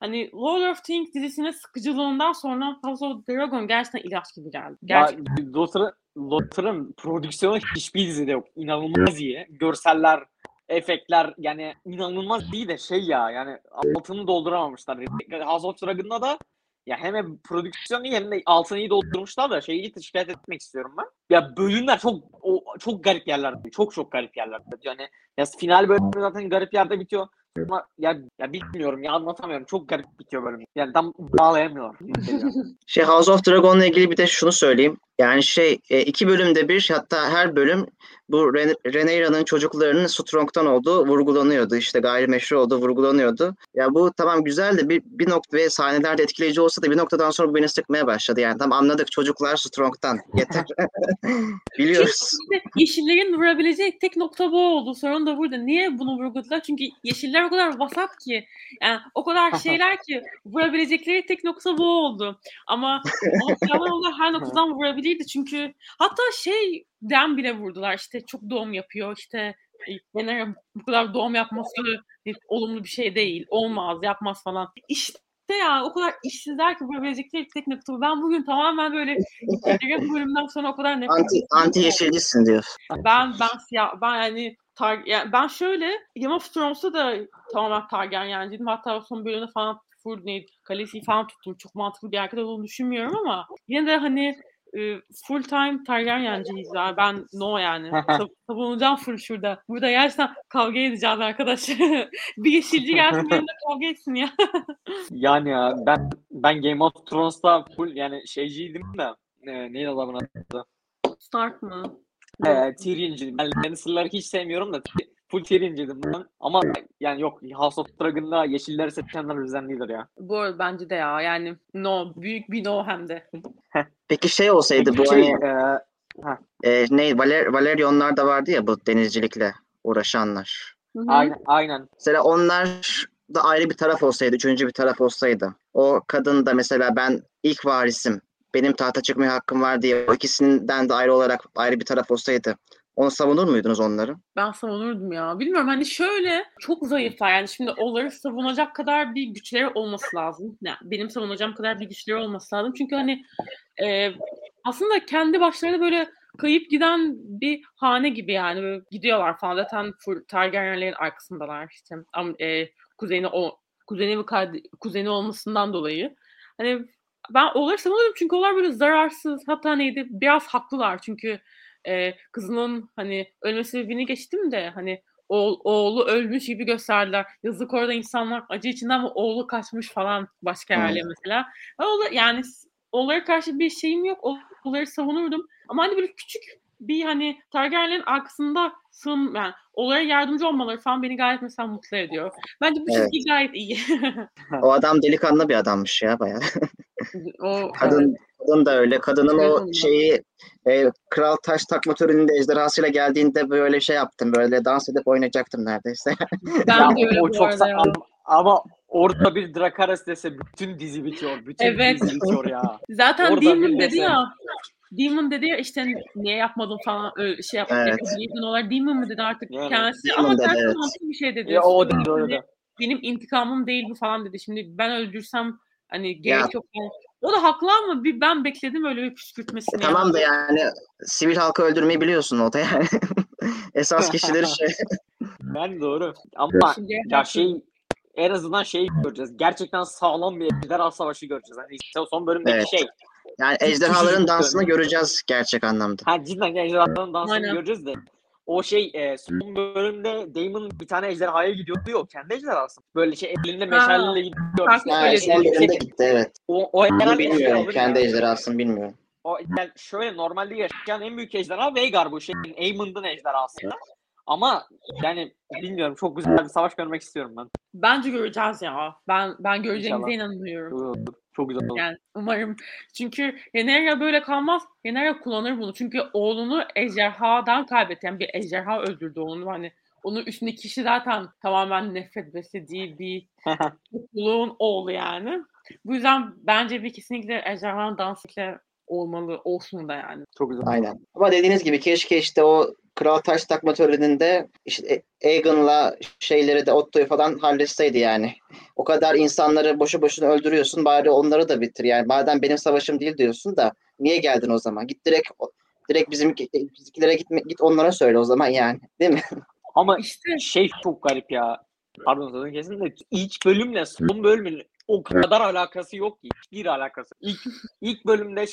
[SPEAKER 3] hani Lord of Things dizisinin sıkıcılığından sonra House of Dragon gerçekten ilaç gibi geldi.
[SPEAKER 2] Ya
[SPEAKER 3] Gerçekten.
[SPEAKER 2] Lothar'ın prodüksiyonu hiçbir dizide yok. İnanılmaz iyi. Görseller, efektler yani inanılmaz iyi de şey ya yani altını dolduramamışlar. House of Dragon'da da ya hem prodüksiyon iyi hem de altını iyi doldurmuşlar da şeyi şikayet etmek istiyorum ben. Ya bölümler çok garip yerlerde. Çok garip yerlerde. Yani ya final bölümü zaten garip yerde bitiyor. Ama ya bilmiyorum ya anlatamıyorum. Çok garip bitiyor bölüm. Yani tam bağlayamıyorlar.
[SPEAKER 1] House of Dragon'la ilgili bir de şunu söyleyeyim. Yani 2 bölümde bir, hatta her bölüm bu Rhaenyra'nın çocuklarının Strong'dan olduğu vurgulanıyordu. İşte gayrimeşru olduğu vurgulanıyordu. Ya bu tamam güzel de bir nokta ve sahnelerde etkileyici olsa da bir noktadan sonra bu beni sıkmaya başladı. Yani tam anladık, çocuklar Strong'dan. Yeter. Biliyoruz.
[SPEAKER 3] Çünkü yeşillerin vurabileceği tek nokta bu oldu. Sorun da burada. Niye bunu vurguladılar? Çünkü yeşiller o kadar vasat ki. Yani o kadar şeyler ki vurabilecekleri tek nokta bu oldu. Ama onlar her noktadan vurabilirdi. Çünkü hatta den bile vurdular. İşte çok doğum yapıyor. İşte bu kadar doğum yapması olumlu bir şey değil. Olmaz, yapmaz falan. İşte ya o kadar işsizler ki vurabilecekleri tek nokta. Ben bugün tamamen böyle bu bölümden sonra o kadar nefret
[SPEAKER 1] anti yeşilcisin diyor.
[SPEAKER 3] Ben yani ben şöyle Game of Thrones'ta da tamamen Targaryen'ciydim. Hatta son bölümde falan kalesi falan tuttum. Çok mantıklı bir arkadaş olduğunu düşünmüyorum ama yine de hani full time Targaryen'ciyiz ya. Ben yani. Savunacağım full şurada. Burada gerçekten kavga edeceğiz arkadaş. Bir yeşilci gelsin benimle kavga etsin ya.
[SPEAKER 2] Yani ya ben Game of Thrones'ta full yani şeyciydim de neydi adamın adı?
[SPEAKER 3] Stark mı?
[SPEAKER 2] Tyrion'ciydim. Ben Lannister'ları hiç sevmiyorum da full Tyrion'ciydim ben. Ama yani yok House of Dragon'da yeşilleri seçenler özenlidir ya.
[SPEAKER 3] Bu arada bence de ya. Yani büyük bir hem de.
[SPEAKER 1] Peki olsaydı
[SPEAKER 2] Peki,
[SPEAKER 1] Valeryonlar da vardı ya, bu denizcilikle uğraşanlar.
[SPEAKER 2] Aynen.
[SPEAKER 1] Mesela onlar da ayrı bir taraf olsaydı, üçüncü bir taraf olsaydı. O kadın da mesela ben ilk varisim, benim tahta çıkmaya hakkım var diye o ikisinden de ayrı bir taraf olsaydı. Onu savunur muydunuz onları?
[SPEAKER 3] Ben savunurdum ya. Bilmiyorum hani şöyle çok zayıflar. Yani şimdi onları savunacak kadar bir güçleri olması lazım. Yani benim savunacağım kadar bir güçleri olması lazım. Çünkü hani aslında kendi başlarına böyle kayıp giden bir hane gibi yani. Böyle gidiyorlar falan. Zaten Targaryenlerin arkasındalar işte. Kuzeni olmasından dolayı. Hani ben onları savunuyorum çünkü onlar böyle zararsız. Hatta biraz haklılar çünkü kızının hani ölme sebebini geçtim de hani oğlu ölmüş gibi gösterdiler. Yazık, orada insanlar acı içinden ama oğlu kaçmış falan başka yerle mesela. Yani onlara karşı bir şeyim yok. Onları savunurdum. Ama hani böyle küçük bir hani Targaryenlerin arkasında yani onlara yardımcı olmaları falan beni gayet mesela mutlu ediyor. Bence bu çizgi gayet iyi.
[SPEAKER 1] O adam delikanlı bir adammış ya bayağı. Kadın da öyle. Kadının o kral taş takma töreninde ejderhasıyla geldiğinde böyle yaptım. Böyle dans edip oynayacaktım neredeyse.
[SPEAKER 3] Ben de öyle bu arada ya.
[SPEAKER 2] Ama orada bir Dracarys dese bütün dizi bitiyor. Dizi bitiyor ya.
[SPEAKER 3] Zaten orada Demon dedi ya işte niye yapmadın falan yapabilirdin olarak Demon mı dedi artık kendisi
[SPEAKER 1] Demon
[SPEAKER 3] ama
[SPEAKER 1] dedi,
[SPEAKER 3] gerçekten mantıklı bir şey dedi.
[SPEAKER 2] Ya, o dedi öyle.
[SPEAKER 3] Benim intikamım değil bu falan dedi. Şimdi ben öldürsem hani gerek yok. Yani. O da haklı ama ben bekledim öyle bir püskürtmesini.
[SPEAKER 1] Tamam da yani sivil halkı öldürmeyi biliyorsun o da yani. Esas kişileri
[SPEAKER 2] Ben doğru. Ama ya en azından göreceğiz. Gerçekten sağlam bir ejderha savaşı göreceğiz. Hani son bölümdeki
[SPEAKER 1] Yani ejderhaların dansını göreceğiz gerçek anlamda.
[SPEAKER 2] Cidden ejderhaların dansını göreceğiz de. O son bölümde Daemon bir tane ejderhaya gidiyordu ya, kendi ejderhası. Böyle elinde meşaleyle gidiyor.
[SPEAKER 1] Son bölümde gitti, evet.
[SPEAKER 2] O
[SPEAKER 1] bilmiyorum, kendi ejderhasını bilmiyorum.
[SPEAKER 2] Yani şöyle normalde yaşayan en büyük ejderha Vhagar, bu Aemond'un ejderhası. Ama yani bilmiyorum, çok güzel bir savaş görmek istiyorum ben.
[SPEAKER 3] Bence göreceğiz ya. Ben göreceğimize inanıyorum.
[SPEAKER 2] Çok güzel olur.
[SPEAKER 3] Yani umarım. Çünkü Rhaenyra böyle kalmaz. Rhaenyra kullanır bunu. Çünkü oğlunu ejderhadan kaybetten bir ejderha öldürdü onu. Hani onun üstündeki kişi zaten tamamen nefret beslediği bir topluluğun oğlu yani. Bu yüzden bence bir kesinlikle ejderhanın dansıyla olsun da yani.
[SPEAKER 2] Çok güzel.
[SPEAKER 1] Aynen. Ama dediğiniz gibi keşke işte o Kral Taş takma töreninde işte Aegon'la şeyleri de Otto'yu falan halletseydi yani. O kadar insanları boşu boşuna öldürüyorsun, bari onları da bitir. Yani madem benim savaşım değil diyorsun da niye geldin o zaman? Git direkt bizimkilere git onlara söyle o zaman yani. Değil mi?
[SPEAKER 2] Ama
[SPEAKER 3] İşte
[SPEAKER 2] şey çok garip ya. Pardon sözünü kesin de ilk bölümle son bölümün o kadar alakası yok ki. Hiçbir alakası. İlk bölümde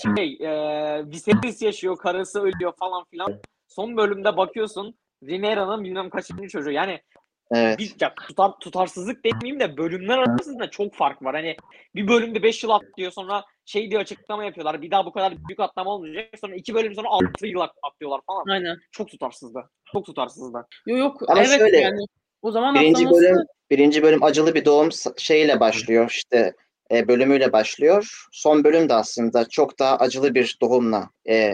[SPEAKER 2] Viserys yaşıyor, karısı ölüyor falan filan. Son bölümde bakıyorsun Rhaenyra'nın bilmem kaçıncı çocuğu. Yani
[SPEAKER 1] Evet.
[SPEAKER 2] tutarsızlık demeyeyim de bölümler arasında çok fark var. Hani bir bölümde 5 yıl atlıyor, sonra şey diye açıklama yapıyorlar. Bir daha bu kadar büyük atlama olmayacak. Sonra 2 bölüm sonra 6 yıl atlıyorlar falan.
[SPEAKER 3] aynen.
[SPEAKER 2] Çok tutarsızdı. Çok tutarsızdı.
[SPEAKER 3] Yok
[SPEAKER 1] Ama
[SPEAKER 3] evet
[SPEAKER 1] şöyle
[SPEAKER 3] yani o zaman
[SPEAKER 1] birinci
[SPEAKER 3] atlaması
[SPEAKER 1] bölüm birinci bölüm acılı bir doğum şeyle başlıyor işte bölümüyle başlıyor. Son bölüm de aslında çok daha acılı bir doğumla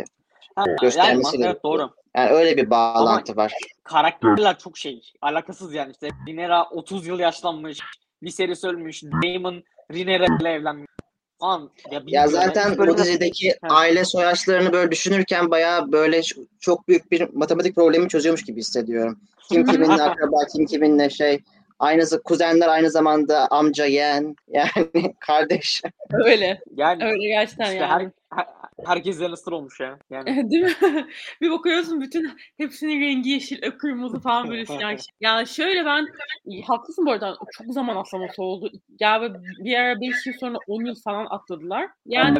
[SPEAKER 2] Yani
[SPEAKER 1] göstermesiyle
[SPEAKER 2] evet
[SPEAKER 1] bitiyor.
[SPEAKER 2] doğru.
[SPEAKER 1] Yani öyle bir
[SPEAKER 2] Ama
[SPEAKER 1] bağlantı var.
[SPEAKER 2] karakterler çok alakasız yani işte Rhaenyra 30 yıl yaşlanmış, Viserys ölmüş, Daemon Rhaenyra ile evlenmiş falan. Ya
[SPEAKER 1] Ya
[SPEAKER 2] bilmiyorum. Yani ilk
[SPEAKER 1] zaten bu
[SPEAKER 2] bölümde
[SPEAKER 1] dizideki
[SPEAKER 2] evet.
[SPEAKER 1] aile soyaçlarını böyle düşünürken bayağı böyle çok büyük bir matematik problemi çözüyormuş gibi hissediyorum. Kim kiminle akraba, kim kiminle şey. Kuzenler aynı zamanda amca, yeğen, yani kardeş.
[SPEAKER 3] öyle.
[SPEAKER 2] Yani
[SPEAKER 3] Öyle gerçekten
[SPEAKER 2] işte
[SPEAKER 3] yani.
[SPEAKER 2] herkes Lannister olmuş ya. Yani
[SPEAKER 3] Değil mi? Bir bakıyorsun bütün hepsinin rengi yeşil, kırmızı falan böyle siyah. Yani şöyle ben haklısın bu arada çok zaman atlaması oldu. Ya bir ara 5 yıl sonra 10 yıl falan atladılar.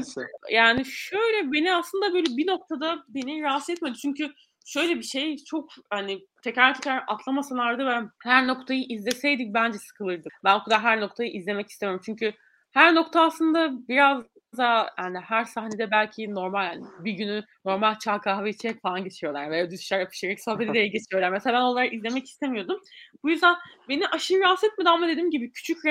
[SPEAKER 3] Yani şöyle beni aslında böyle bir noktada beni rahatsız etmedi. Çünkü şöyle bir şey çok hani teker atlamasalardı ve her noktayı izleseydik bence sıkılırdık. Ben o kadar her noktayı izlemek istemiyorum. Çünkü her nokta aslında biraz da yani her sahnede belki normal yani bir günü normal çay kahve içerek falan geçiyorlar veya düşler yapışarak sohbet ederek geçiyorlar. Mesela ben onları izlemek istemiyordum. Bu yüzden beni aşırı rahatsız etmedi ama dediğim gibi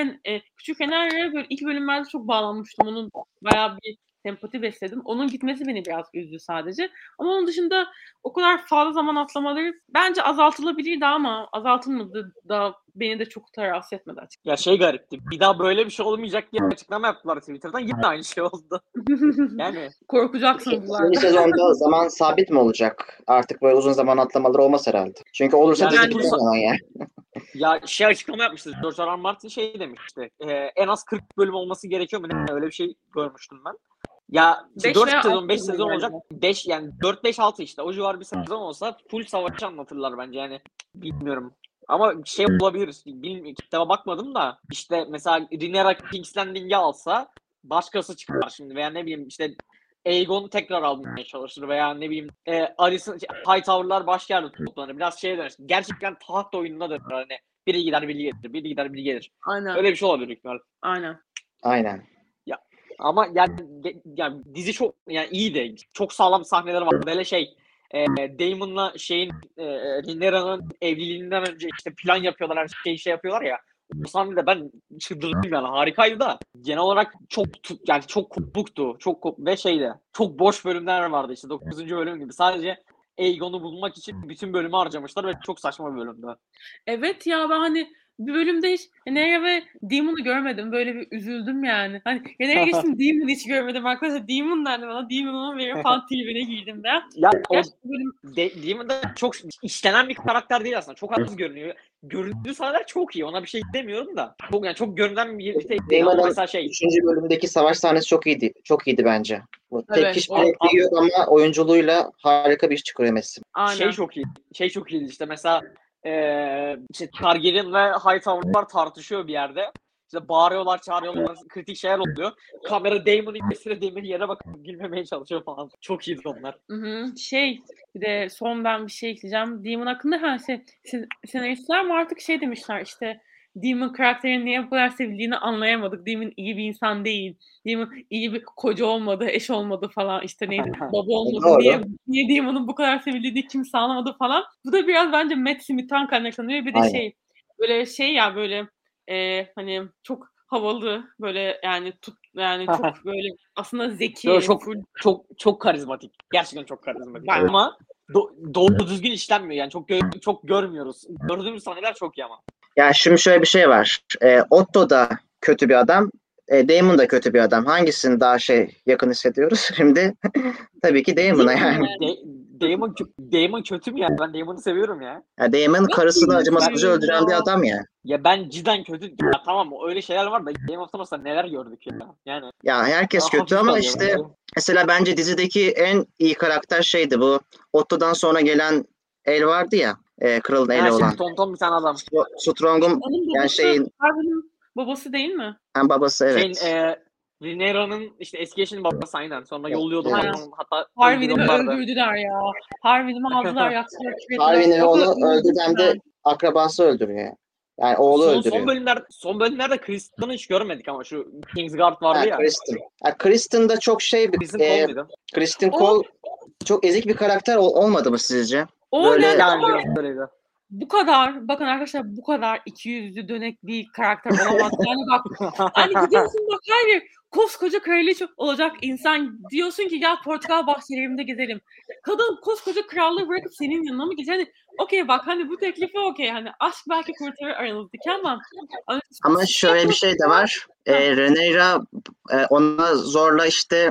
[SPEAKER 3] küçük Rener'e böyle ilk bölümlerde çok bağlanmıştım. Onun bayağı bir sempati besledim. Onun gitmesi beni biraz üzdü sadece. Ama onun dışında o kadar fazla zaman atlamaları bence azaltılabilirdi ama azaltılmadı da beni de çok da rahatsız etmedi açıkçası.
[SPEAKER 2] ya garipti. Bir daha böyle bir şey olmayacak diye açıklama yaptılar Twitter'dan. Yine aynı şey oldu. Yani
[SPEAKER 3] Korkacaksın
[SPEAKER 1] Yeni
[SPEAKER 3] bunlardan.
[SPEAKER 1] sezonda zaman sabit mi olacak? Artık böyle uzun zaman atlamaları olmaz herhalde. Çünkü olursa dizi
[SPEAKER 2] yani
[SPEAKER 1] biter o zaman yani.
[SPEAKER 2] ya açıklama yapmıştı. George R. R. Martin demişti. En az 40 bölüm olması gerekiyor mu? Öyle bir şey görmüştüm ben. Ya işte
[SPEAKER 3] 5
[SPEAKER 2] 4
[SPEAKER 3] veya 6
[SPEAKER 2] sezon 5 sezon olacak.
[SPEAKER 3] galiba.
[SPEAKER 2] 5 yani 4-5-6 işte o civar bir sezon olsa full savaşı anlatırlar bence yani bilmiyorum. Ama şey olabilir. Bilmiyorum, kitaba bakmadım da işte mesela Rhaenyra King's Landing'i alsa başkası çıkar şimdi veya ne bileyim işte Aegon tekrar almaya çalışır veya ne bileyim Alicent Hightower'lar başka yerde toplanır. Biraz şeye dönür. Gerçekten taht oyununa dönür. Hani biri gider biri gelir. Biri gider biri gelir.
[SPEAKER 3] Aynen.
[SPEAKER 2] Öyle bir şey olabilir büyük ihtimalle.
[SPEAKER 3] Aynen.
[SPEAKER 1] Aynen.
[SPEAKER 2] Ama yani dizi çok yani iyiydi. Çok sağlam sahneler var. Böyle Damon'la Rhaenyra'nın evliliğinden önce işte plan yapıyorlar, her şey yapıyorlar ya. O sahnede ben çıldırdım yani. Harikaydı da genel olarak çok kopuktu. Ve çok boş bölümler vardı işte 9. bölüm gibi. Sadece Aegon'u bulmak için bütün bölümü harcamışlar ve çok saçma bir bölümdü.
[SPEAKER 3] Evet ya ben hani bir bölümde hiç Rhaenyra ve Daemon'u görmedim. Böyle bir üzüldüm yani. Hani Rhaenyra geçtim Daemon'u hiç görmedim. Arkadaşlar Daemon nerede bana? Daemon'u verin falan tribine girdim ben.
[SPEAKER 2] Ya
[SPEAKER 3] Gerçekten bölüm
[SPEAKER 2] Daemon'da çok işlenen bir karakter değil aslında. Çok az görünüyor. Göründüğü sahneler çok iyi. Ona bir şey demiyorum da. Çok görünen bir şey değil ama
[SPEAKER 1] Daemon'ın
[SPEAKER 2] mesela
[SPEAKER 1] 3. bölümdeki savaş sahnesi çok iyiydi. Çok iyiydi bence. Tek
[SPEAKER 3] evet,
[SPEAKER 1] kişi
[SPEAKER 3] o
[SPEAKER 1] yok ama oyunculuğuyla harika bir iş çıkarıyor Messi.
[SPEAKER 3] aynen.
[SPEAKER 2] çok iyi. Çok iyiydi işte mesela işte Targaryen ve Hightower'lar tartışıyor bir yerde. İşte bağırıyorlar, çağırıyorlar, kritik şeyler oluyor. Kamera Daemon'un kesire Daemon'un yere bakıp gülmemeye çalışıyor falan. Çok iyiydi onlar.
[SPEAKER 3] Hı-hı. Bir de son ben bir şey ekleyeceğim. Demon hakkında senaristler mi artık demişler işte Demon karakterinin niye bu kadar sevildiğini anlayamadık. Demon iyi bir insan değil. Demon iyi bir koca olmadı, eş olmadı falan işte neydi baba olmadı.
[SPEAKER 1] Doğru.
[SPEAKER 3] Niye Demon'un bu kadar sevildiğini kimse anlamadı falan. Bu da biraz bence Matt Smith'ten kaynaklanıyor. Bir de
[SPEAKER 1] Aynen.
[SPEAKER 3] böyle böyle hani çok havalı böyle yani çok böyle aslında zeki.
[SPEAKER 2] Çok karizmatik. Gerçekten çok karizmatik.
[SPEAKER 3] Bayağı.
[SPEAKER 2] Ama doğru düzgün işlenmiyor. Yani çok görmüyoruz. Gördüğümüz sahneler çok iyi ama.
[SPEAKER 1] Ya şimdi şöyle bir şey var. Otto da kötü bir adam. Daemon da kötü bir adam. Hangisini daha yakın hissediyoruz? Şimdi tabii ki Daemon'a yani.
[SPEAKER 2] Damon kötü mü ya? Ben Damon'u seviyorum ya.
[SPEAKER 1] Ya Daemon karısını acımasızca öldüren bir adam ya.
[SPEAKER 2] Ya ben cidden kötü. Ya tamam öyle şeyler var da Game of Thrones'ta neler gördük ya. Yani
[SPEAKER 1] Ya herkes
[SPEAKER 2] daha
[SPEAKER 1] kötü
[SPEAKER 2] hafif
[SPEAKER 1] ama
[SPEAKER 2] kalıyor
[SPEAKER 1] işte
[SPEAKER 2] bence.
[SPEAKER 1] mesela bence dizideki en iyi karakter şeydi bu. Otto'dan sonra gelen el vardı ya. Kralın eli olan.
[SPEAKER 2] Tonton bir tane adam.
[SPEAKER 1] Strong'un
[SPEAKER 3] Onun
[SPEAKER 1] yani
[SPEAKER 3] babası
[SPEAKER 1] şeyin
[SPEAKER 3] Harvey'nin babası değil mi?
[SPEAKER 1] babası evet.
[SPEAKER 2] Rhaenyra'nın işte eski eşinin babası aynen. Sonra yolluyordu
[SPEAKER 1] Evet.
[SPEAKER 3] Aynen.
[SPEAKER 2] falan. Hatta
[SPEAKER 3] Harvey'ni
[SPEAKER 2] öldürüyorlardı.
[SPEAKER 3] öldürdüler ya. Harvey'ni aldılar yaktılar.
[SPEAKER 1] Harvey'ni ve
[SPEAKER 3] O kadar
[SPEAKER 1] onu öldürdü hem de
[SPEAKER 3] üzüldüm
[SPEAKER 1] akrabası öldürüyor. Yani oğlu
[SPEAKER 2] Son
[SPEAKER 1] öldürüyor.
[SPEAKER 2] bölümlerde Kristan'ı hiç görmedik ama şu Kingsguard vardı
[SPEAKER 1] Ha,
[SPEAKER 2] ya.
[SPEAKER 1] Kristen. Ha, Kristen da çok şey bir
[SPEAKER 2] Kristen Cole muydu?
[SPEAKER 1] Kristen
[SPEAKER 3] O-
[SPEAKER 1] Cole çok ezik bir karakter olmadı mı sizce?
[SPEAKER 3] O
[SPEAKER 1] Böyle
[SPEAKER 3] yani
[SPEAKER 2] Yani
[SPEAKER 3] ama
[SPEAKER 2] biraz öyleydi.
[SPEAKER 3] bu kadar bakın arkadaşlar bu kadar ikiyüzlü dönek bir karakter olamaz. Yani bak hani gidiyorsun bak hayır koskoca kraliçe olacak insan diyorsun ki gel Portakal bahçelerinde gezelim. Kadın koskoca krallığı bırakıp senin yanına mı gelecek? Hani okey bak hani bu teklifi okey hani aşk belki kurtarır aranızdaki
[SPEAKER 1] ama şöyle bir şey de var. Rhaenyra ona zorla işte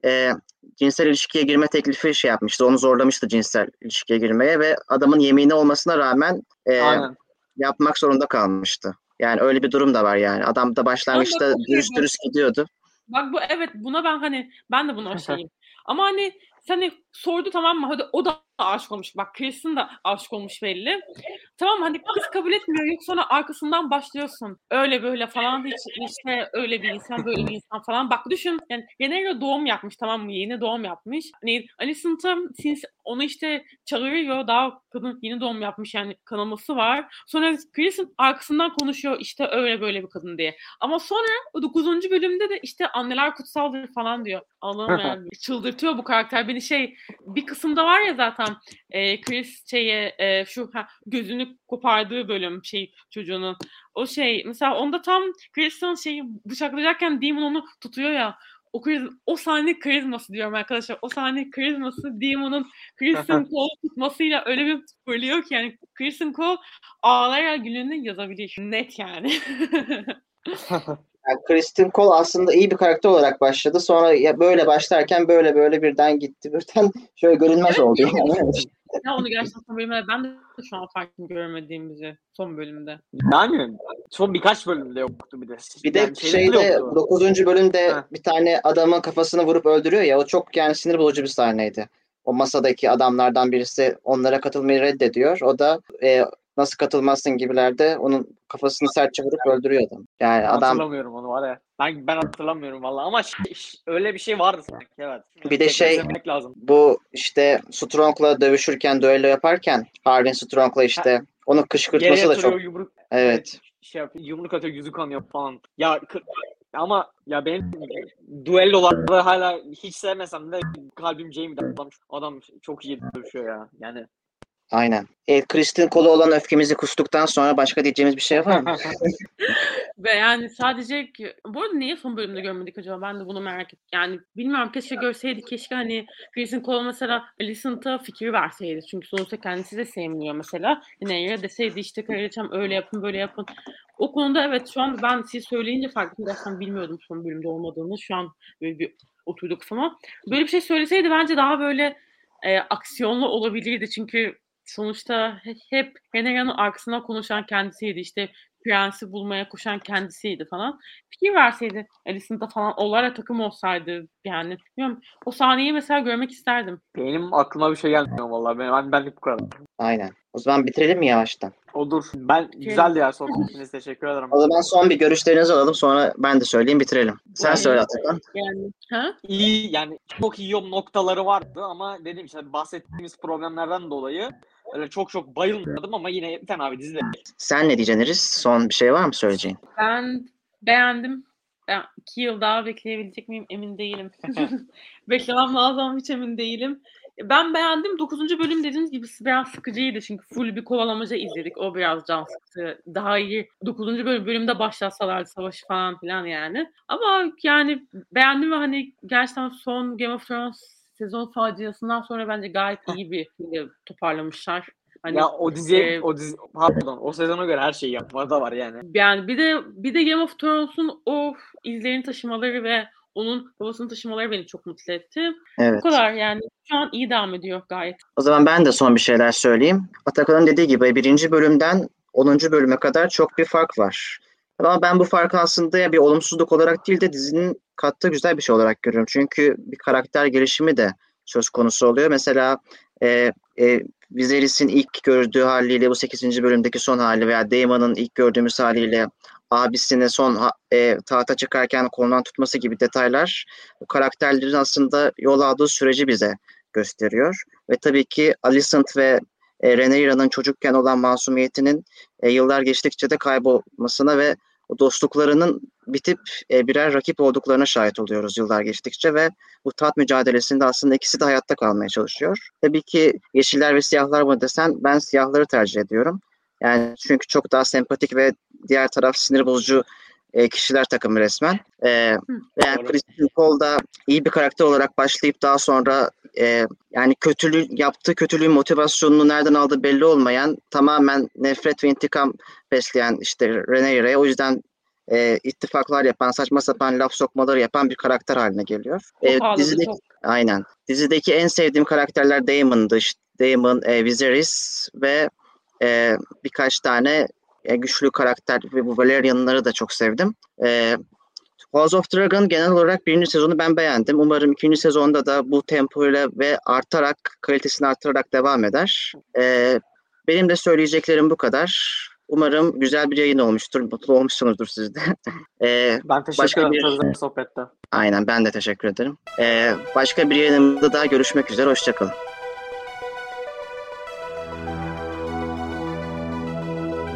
[SPEAKER 1] cinsel ilişkiye girme teklifi şey yapmıştı. Onu zorlamıştı cinsel ilişkiye girmeye ve adamın yemini olmasına rağmen
[SPEAKER 2] Aynen.
[SPEAKER 1] yapmak zorunda kalmıştı. Yani öyle bir durum da var yani. Adam da başlangıçta
[SPEAKER 3] Ama bak,
[SPEAKER 1] dürüst
[SPEAKER 3] bak.
[SPEAKER 1] dürüst gidiyordu.
[SPEAKER 3] Bak bu evet buna ben hani ben de buna şeyim. Ama hani sen sordu tamam mı? Hadi o da aşık olmuş. Bak Kristen de aşık olmuş belli. Tamam hani kız kabul etmiyor. Yok sonra arkasından başlıyorsun. Öyle böyle falan hiç işte öyle bir insan böyle bir insan falan. Bak düşün yani Rhaenyra doğum yapmış tamam mı? Yeni doğum yapmış. Hani Alicent'a onu işte çağırıyor. Daha kadın yeni doğum yapmış yani kanaması var. Sonra Kristen arkasından konuşuyor işte öyle böyle bir kadın diye. Ama sonra o 9. bölümde de işte anneler kutsaldır falan diyor. Allah'ım yani çıldırtıyor bu karakter. Beni bir kısımda var ya zaten Chris şu gözünü kopardığı bölüm çocuğunun. O mesela onda tam Chris'in bıçaklayacakken Demon onu tutuyor ya. O sahne karizması diyorum arkadaşlar. O sahne karizması Demon'un Kristen Cole tutmasıyla öyle bir fırlıyor ki yani Kristen Cole ağlayarak gününü yazabilir. Net yani.
[SPEAKER 1] Yani Kristen Cole aslında iyi bir karakter olarak başladı. Sonra ya böyle başlarken böyle birden gitti. Birden şöyle görünmez oldu yani.
[SPEAKER 3] Ya onu gerçekten son bölümde ben de şu an farkını görmediğimizi son bölümde.
[SPEAKER 2] Yani son birkaç bölümde yoktu bir de.
[SPEAKER 1] Bir de
[SPEAKER 2] Yani
[SPEAKER 1] şeyde
[SPEAKER 2] yoktu.
[SPEAKER 1] 9. bölümde
[SPEAKER 2] Ha.
[SPEAKER 1] bir tane adamın kafasını vurup öldürüyor ya o çok yani sinir bozucu bir sahneydi. O masadaki adamlardan birisi onlara katılmayı reddediyor. O da nasıl katılmazsın gibilerde onun kafasını sertçe vurup öldürüyor adam. Yani
[SPEAKER 2] Ben
[SPEAKER 1] adam
[SPEAKER 2] hatırlamıyorum onu var ya. Ben hatırlamıyorum vallahi ama öyle bir şey vardı sanki evet.
[SPEAKER 1] bir de
[SPEAKER 2] Tekrar izlemek lazım.
[SPEAKER 1] bu işte Strong'la dövüşürken düello yaparken Harwin Strong'la işte onun
[SPEAKER 2] Yere
[SPEAKER 1] kışkırtması da çok
[SPEAKER 2] yatırıyor yumruk.
[SPEAKER 1] evet.
[SPEAKER 2] Yumruk atıyor yüzü kanıyor falan. Ya ama ya benim duellolarda hala hiç sevmesem de kalbim Jaime'de adam çok iyi dövüşüyor ya. Yani
[SPEAKER 1] Aynen. Kristen Cole'a olan öfkemizi kustuktan sonra başka diyeceğimiz bir şey var mı?
[SPEAKER 3] Ve yani sadece bu arada niye son bölümde görmedik acaba? Ben de bunu merak ettim. Yani bilmiyorum keşke görseydik. Keşke hani Kristen Cole mesela Alicent'a fikir verseydi. Çünkü sonuçta kendisi de sevmiyor mesela. Yine deseydi işte kraliçem öyle yapın böyle yapın. O konuda evet şu an ben siz söyleyince fark ettim. Gerçekten bilmiyordum son bölümde olmadığını. Şu an böyle bir oturduk ama böyle bir şey söyleseydi bence daha böyle aksiyonlu olabilirdi. Çünkü sonuçta hep Rhaenyra'nın arkasından konuşan kendisiydi. İşte prensi bulmaya koşan kendisiydi falan. Fikir verseydi Alicent'da falan onlarla takım olsaydı yani. Bilmiyorum, o sahneyi mesela görmek isterdim.
[SPEAKER 2] benim aklıma bir şey gelmiyor vallahi. Benlik bu kadar.
[SPEAKER 1] Aynen. O zaman bitirelim mi yavaştan?
[SPEAKER 2] Olur. Güzeldi ya sohbetiniz. Teşekkür ederim.
[SPEAKER 1] O zaman son bir görüşlerinizi alalım sonra ben de söyleyeyim bitirelim. Sen söyle Atakan.
[SPEAKER 3] Yani ha?
[SPEAKER 2] İyi yani çok iyi noktaları vardı ama dediğim işte bahsettiğimiz problemlerden dolayı öyle çok bayılmadım ama yine fena bir dizi.
[SPEAKER 1] Sen ne diyeceksin Iris? Son bir şey var mı söyleyeceğin?
[SPEAKER 3] Ben beğendim. 2 yıl daha bekleyebilecek miyim emin değilim. Beklemem lazım hiç emin değilim. Ben beğendim. 9. bölüm dediğiniz gibi biraz sıkıcıydı. Çünkü full bir kovalamaca izledik. O biraz can sıktı. Daha iyi 9. bölümde başlatsalardı savaşı falan filan yani. Ama yani beğendim ve hani gerçekten son Game of Thrones sezon faciasından sonra bence gayet iyi bir toparlamışlar. Hani,
[SPEAKER 2] ya o dizi pardon o sezona göre her şeyi yapmadı da var yani.
[SPEAKER 3] Yani bir de Game of Thrones'un o izlerini taşımaları ve onun babasını taşımaları beni çok mutlu etti.
[SPEAKER 1] Evet.
[SPEAKER 3] Bu kadar yani. Şu an iyi devam ediyor gayet.
[SPEAKER 1] O zaman ben de son bir şeyler söyleyeyim. Atakan'ın dediği gibi 1. bölümden 10. bölüme kadar çok bir fark var. Ama ben bu farkı aslında ya bir olumsuzluk olarak değil de dizinin kattığı güzel bir şey olarak görüyorum. Çünkü bir karakter gelişimi de söz konusu oluyor. Mesela Viserys'in ilk gördüğü haliyle bu 8. bölümdeki son hali veya Daemon'ın ilk gördüğümüz haliyle abisini tahta çıkarken kolundan tutması gibi detaylar bu karakterlerin aslında yol aldığı süreci bize gösteriyor. Ve tabii ki Alicent ve Rhaenyra'nın çocukken olan masumiyetinin yıllar geçtikçe de kaybolmasına ve o dostluklarının bitip birer rakip olduklarına şahit oluyoruz yıllar geçtikçe ve bu taht mücadelesinde aslında ikisi de hayatta kalmaya çalışıyor. Tabii ki yeşiller ve siyahlar mı desen ben siyahları tercih ediyorum. Yani çünkü çok daha sempatik ve diğer taraf sinir bozucu kişiler takımı resmen. Yani Criston Cole da iyi bir karakter olarak başlayıp daha sonra yani yaptığı kötülüğün motivasyonunu nereden aldığı belli olmayan tamamen nefret ve intikam besleyen işte Rhaenyra'ya o yüzden ittifaklar yapan, saçma sapan laf sokmaları yapan bir karakter haline geliyor. Dizideki, aynen. Dizideki en sevdiğim karakterler Daemon'dı. İşte Daemon, Viserys ve birkaç tane güçlü karakter ve bu Valerian'ları da çok sevdim. House of Dragon genel olarak 1. sezonu ben beğendim. Umarım 2. sezonda da bu tempoyla ve kalitesini arttırarak devam eder. Benim de söyleyeceklerim bu kadar. Umarım güzel bir yayın olmuştur. Mutlu olmuşsunuzdur siz de.
[SPEAKER 2] Ben teşekkür ederim. Çok güzel bir sohbette.
[SPEAKER 1] Aynen ben de teşekkür ederim. Başka bir yayınımda daha görüşmek üzere. Hoşçakalın.